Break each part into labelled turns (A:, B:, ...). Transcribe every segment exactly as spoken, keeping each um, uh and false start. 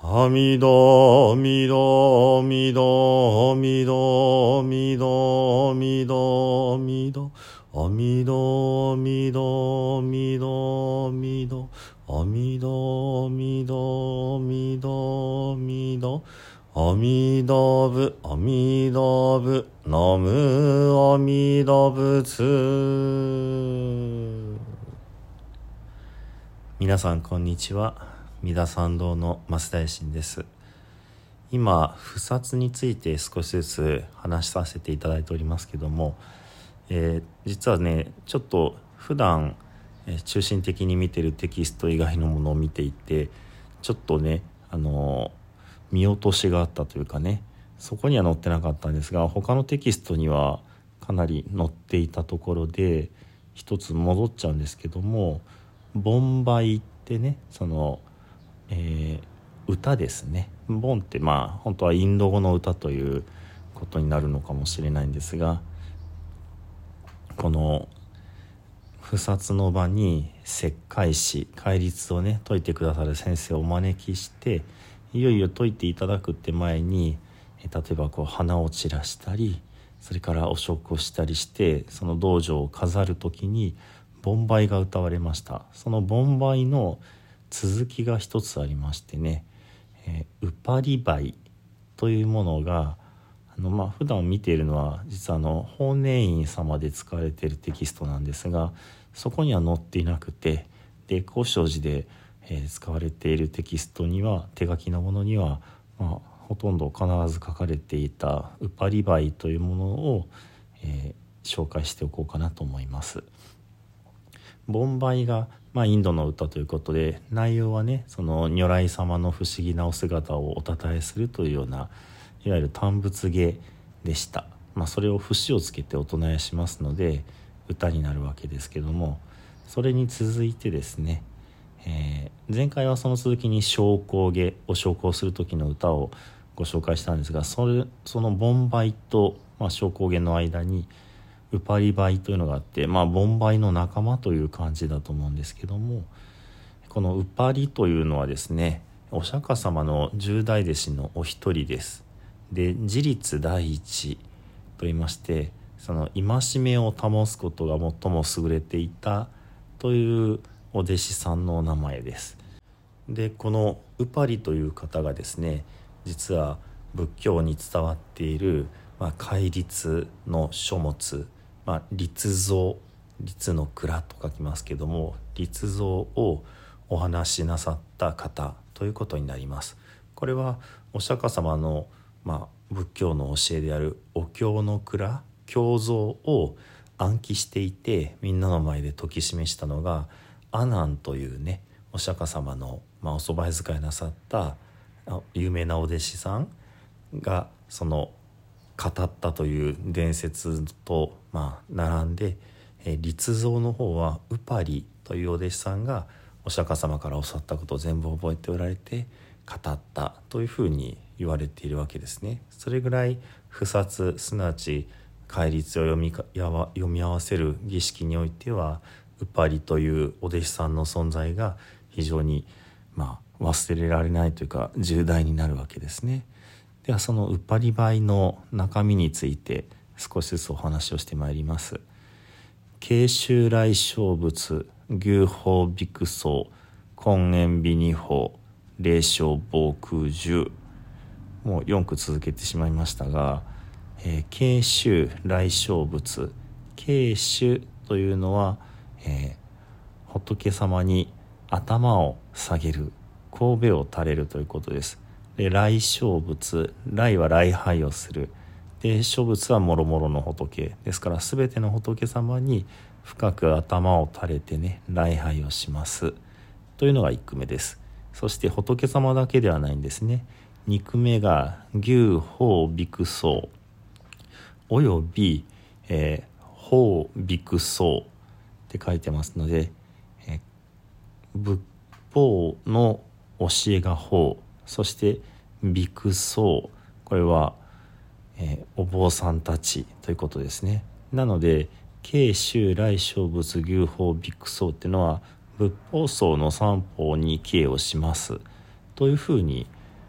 A: 阿弥陀弥陀弥陀弥陀弥陀弥陀弥陀阿弥陀弥陀弥陀弥陀阿弥陀弥陀弥陀弥陀阿弥陀仏阿弥陀仏南無阿弥陀仏。皆さんこんにちは。三田参道の増大臣です。今不殺について少しずつ話させていただいておりますけども、えー、実はねちょっと普段、えー、中心的に見てるテキスト以外のものを見ていてちょっとねあのー、見落としがあったというかね、そこには載ってなかったんですが他のテキストにはかなり載っていたところで一つ戻っちゃうんですけども、ボンバイってねそのえー、歌ですね。ボンってまあ本当はインド語の歌ということになるのかもしれないんですが、この不殺の場に説解師戒律をね説いてくださる先生をお招きして、いよいよ説いていただくって前に例えばこう花を散らしたりそれからお食をしたりしてその道場を飾る時にボンバイが歌われました。そのボンバイの続きが一つありましてね、えー、ウパリバイというものがあの、まあ、普段見ているのは実はあの法然院様で使われているテキストなんですが、そこには載っていなくて、で高尚寺で、えー、使われているテキストには手書きのものには、まあ、ほとんど必ず書かれていたウパリバイというものを、えー、紹介しておこうかなと思います。ボンバイが、まあ、インドの歌ということで、内容はねその如来様の不思議なお姿をおたたえするというようないわゆる嘆仏芸でした。まあ、それを節をつけてお唱えしますので歌になるわけですけども、それに続いてですね、えー、前回はその続きに昇降芸お昇降する時の歌をご紹介したんですが、それそのボンバイと、まあ、昇降芸の間にウパリバイというのがあって、まあボンバイの仲間という感じだと思うんですけども、このウパリというのはですねお釈迦様の十大弟子のお一人です。で自立第一と言いまして、その戒めを保つことが最も優れていたというお弟子さんのお名前です。でこのウパリという方がですね実は仏教に伝わっている、まあ、戒律の書物、まあ、律蔵律の蔵と書きますけども律蔵をお話しなさった方ということになります。これはお釈迦様の、まあ、仏教の教えであるお経の蔵経蔵を暗記していてみんなの前で説き示したのが阿難というねお釈迦様の、まあ、お蕎麦使いなさった有名なお弟子さんがその語ったという伝説と、まあ、並んで、えー、律蔵の方はウパリというお弟子さんがお釈迦様から教わったことを全部覚えておられて語ったというふうに言われているわけですね。それぐらい不殺すなわち戒律を読みかやわ読み合わせる儀式においてはウパリというお弟子さんの存在が非常に、まあ、忘れられないというか重大になるわけですね。ではそのウパリバイの中身について少しずつお話をしてまいります。慶州来生仏牛法ビクソ根縁美二法霊障防空十、もうよん句続けてしまいましたが、えー、慶州来生仏、慶州というのは、えー、仏様に頭を下げる頭を垂れるということです。で来生仏、来は礼拝をする、で諸仏はもろもろの仏ですから全ての仏様に深く頭を垂れてね礼拝をしますというのがいっ句目です。そして仏様だけではないんですね。に句目が牛法ビクソおよび、えー、法ビクソって書いてますので、えー、仏法の教えが法、そしてビクソこれは、えー、お坊さんたちということですね。なので慶州来生仏牛法ビクソっていうのは仏法僧の三法に帰依をしますというふうに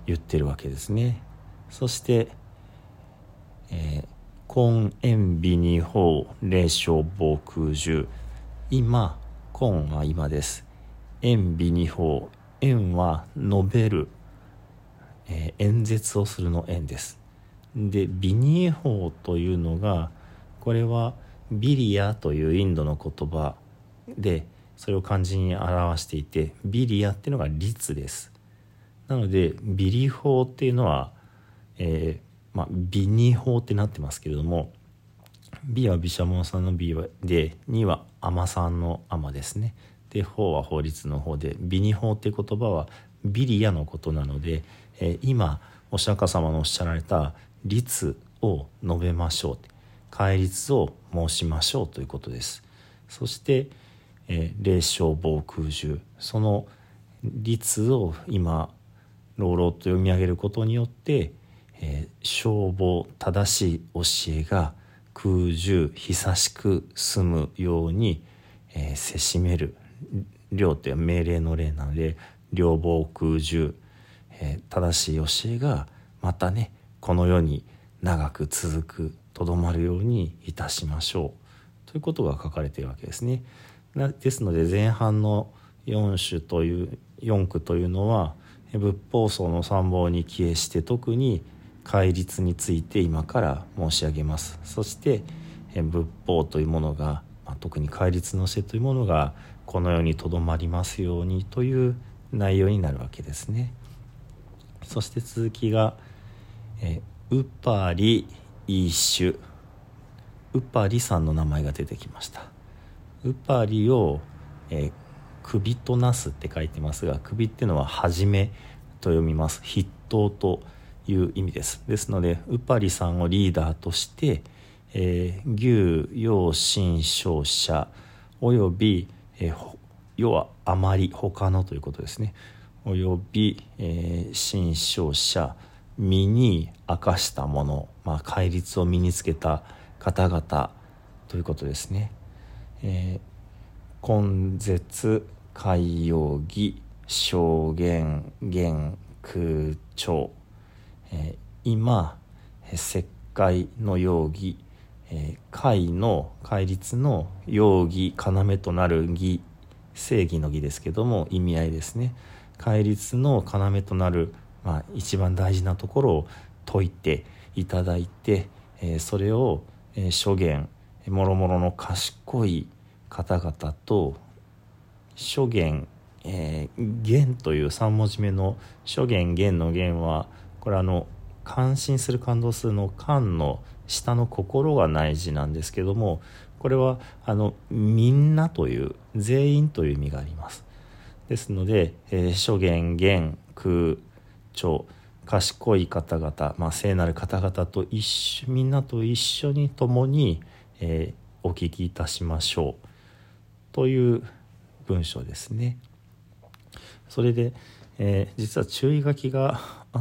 A: 言ってるわけですね。そして、えー、根縁美二法霊障防空樹、今、根は今です。縁美二法、縁は述べる、えー、演説をするの縁です。で、美二法というのが、これはビリアというインドの言葉で、それを漢字に表していて、ビリアっていうのが律です。なのでビリ法っていうのは、えーまあ、ビニ法ってなってますけれども、ビは毘沙門さんのビで、には尼さんの尼ですね。で、法は法律の法で、ビニ法っていう言葉はビリアのことなので、えー、今お釈迦様のおっしゃられた律を述べましょう、戒律を申しましょうということです。そして、えー、霊障防空樹、その律を今朗々と読み上げることによって、えー、消防正しい教えが空樹久しく住むように、えー、せしめる。領という命令の例なので、領防空樹、えー、正しい教えがまたね、この世に長く続く、とどまるようにいたしましょうということが書かれているわけですね。ですので前半のよん種というよん句というのは、仏法僧の参謀に帰依して特に戒律について今から申し上げます。そして仏法というものが、まあ、特に戒律の教えというものがこの世にとどまりますようにという内容になるわけですね。そして続きがえウパリイシュ、ウパリさんの名前が出てきました。ウパリを、えー首となすって書いてますが、首っていうのは始めと読みます。筆頭という意味です。ですのでウパリさんをリーダーとして、えー、牛陽神勝者および、えー、要はあまり他のということですね、および、えー、神勝者、身に明かしたもの、まあ、戒律を身につけた方々ということですね。えー、根絶海洋儀証言言空調、えー、今石灰の容儀、えー、海の戒律の容儀要となる儀、正義の儀ですけども意味合いですね。戒律の要となる、まあ、一番大事なところを説いていただいて、えー、それを、えー、諸言もろもろの賢い方々と諸言、えー、言というさん文字目の諸言言の言は、これあの感心する感動するの感の下の心がない字なんですけども、これはあのみんなという全員という意味があります。ですので、えー、諸言言空調、賢い方々、まあ、聖なる方々と一緒、みんなと一緒に共に、えー、お聞きいたしましょうという文章ですね。それで、えー、実は注意書きがあって、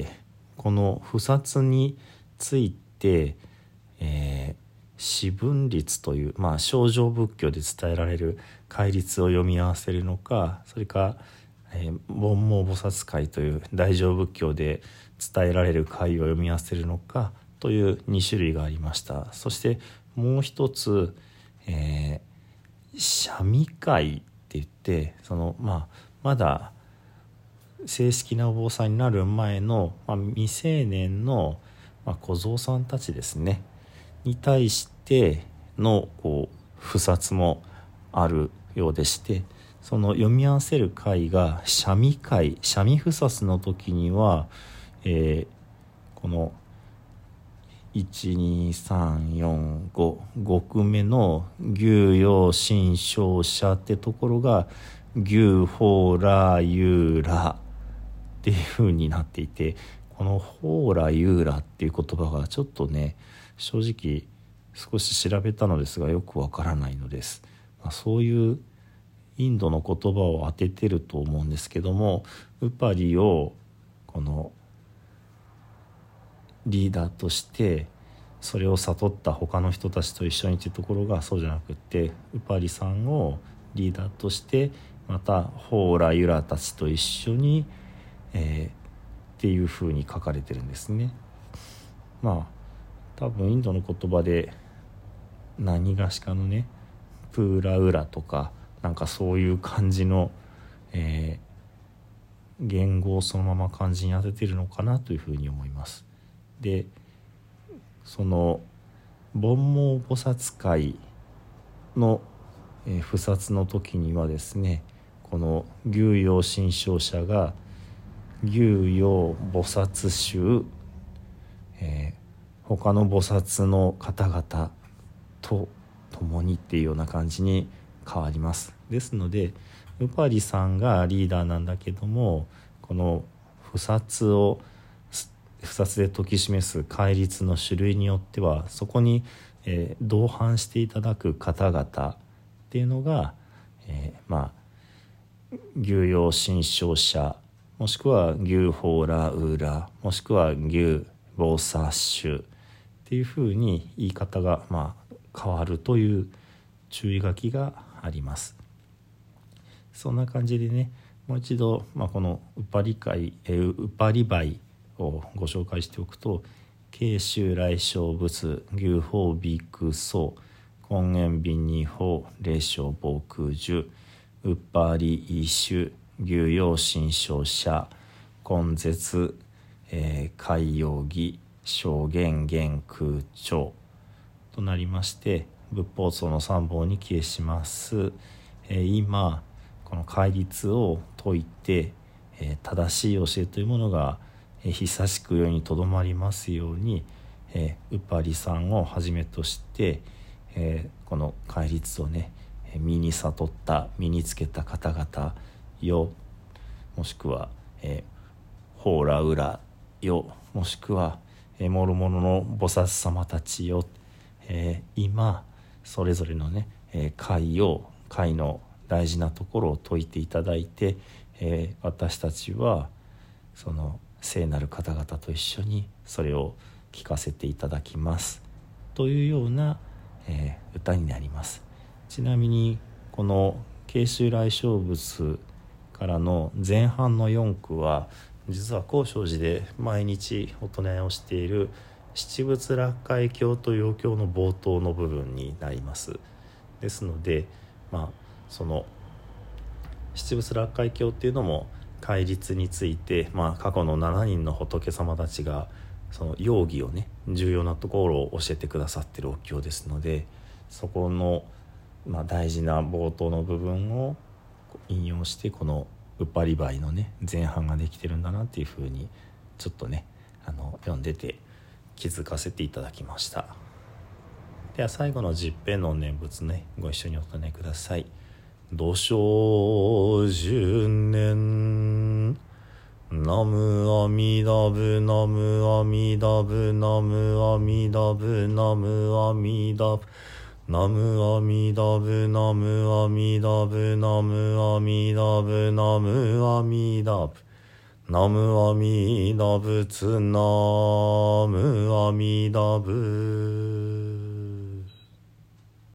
A: この不殺について、えー、四分律という、まあ、正常仏教で伝えられる戒律を読み合わせるのか、それか、えー、煩悩菩薩戒という大乗仏教で伝えられる戒を読み合わせるのかというに種類がありました。そしてもう一つ、えー三味会って言って、その、まあ、まだ正式なお坊さんになる前の、まあ、未成年の、まあ、小僧さんたちですねに対してのこう不殺もあるようでして、その読み合わせる会が三味会、三味不殺の時には、えー、このいちにさんよんご ご句目の牛陽神勝者ってところが牛ほらゆらっていう風になっていて、このほらゆらっていう言葉がちょっとね、正直少し調べたのですがよくわからないのです。まあ、そういうインドの言葉を当ててると思うんですけども、ウパリをこのリーダーとしてそれを悟った他の人たちと一緒にというところがそうじゃなくって、ウパリさんをリーダーとしてまたホーラユラたちと一緒に、えー、っっていうふうに書かれてるんですね。まあ多分インドの言葉で何がしかのねプーラウラとかなんかそういう感じの、えー、言語をそのまま漢字に当ててるのかなというふうに思います。でその煩悩菩薩会の、えー、不殺の時にはですね、この牛陽神将者が牛陽菩薩衆、えー、他の菩薩の方々と共にっていうような感じに変わります。ですのでウパリさんがリーダーなんだけども、この不殺を不殺で説き示す戒律の種類によってはそこに、えー、同伴していただく方々っていうのが、えー、まあ牛陽神将者もしくは牛ホーラウーラもしくは牛ヴォーサッシュっていうふうに言い方がまあ変わるという注意書きがあります。そんな感じでね、もう一度、まあ、このウパリ会、えー、ウパリバイをご紹介しておくと、慶州来生仏牛法ビクソ根源瓶二法霊障防空樹ウッパリイシュ牛陽神将者根絶、えー、海洋儀証言元空長となりまして、仏法僧の三本に帰依します。えー、今この戒律を説いて、えー、正しい教えというものが、えー、久しく世にとどまりますように、えー、ウパリさんをはじめとして、えー、この戒律をね身に悟った身につけた方々よ、もしくは、えー、ホーラウラよ、もしくは、えー、諸々の菩薩様たちよ、えー、今それぞれのね、えー、戒を戒の大事なところを説いていただいて、えー、私たちはその聖なる方々と一緒にそれを聞かせていただきますというような、えー、歌になります。ちなみにこの慶州来生仏からの前半のよん句は実は高尚寺で毎日お唱えをしている七仏落海経というお経の冒頭の部分になります。ですので、まあ、その七仏落海経っていうのも戒律について、まあ、過去のしちにんの仏様たちがその要義をね重要なところを教えてくださっているお経ですので、そこの、まあ、大事な冒頭の部分を引用してこのウパリバイのね前半ができてるんだなっていうふうにちょっとねあの読んでて気づかせていただきました。では最後の十遍の念仏ねご一緒にお唱えください。土生十年ナムアミダブナムアミダブナムアミダブナムアミダブナムアミダブナムアミダブナムアミダブナムアミダブナムアミダブツナムアミダブ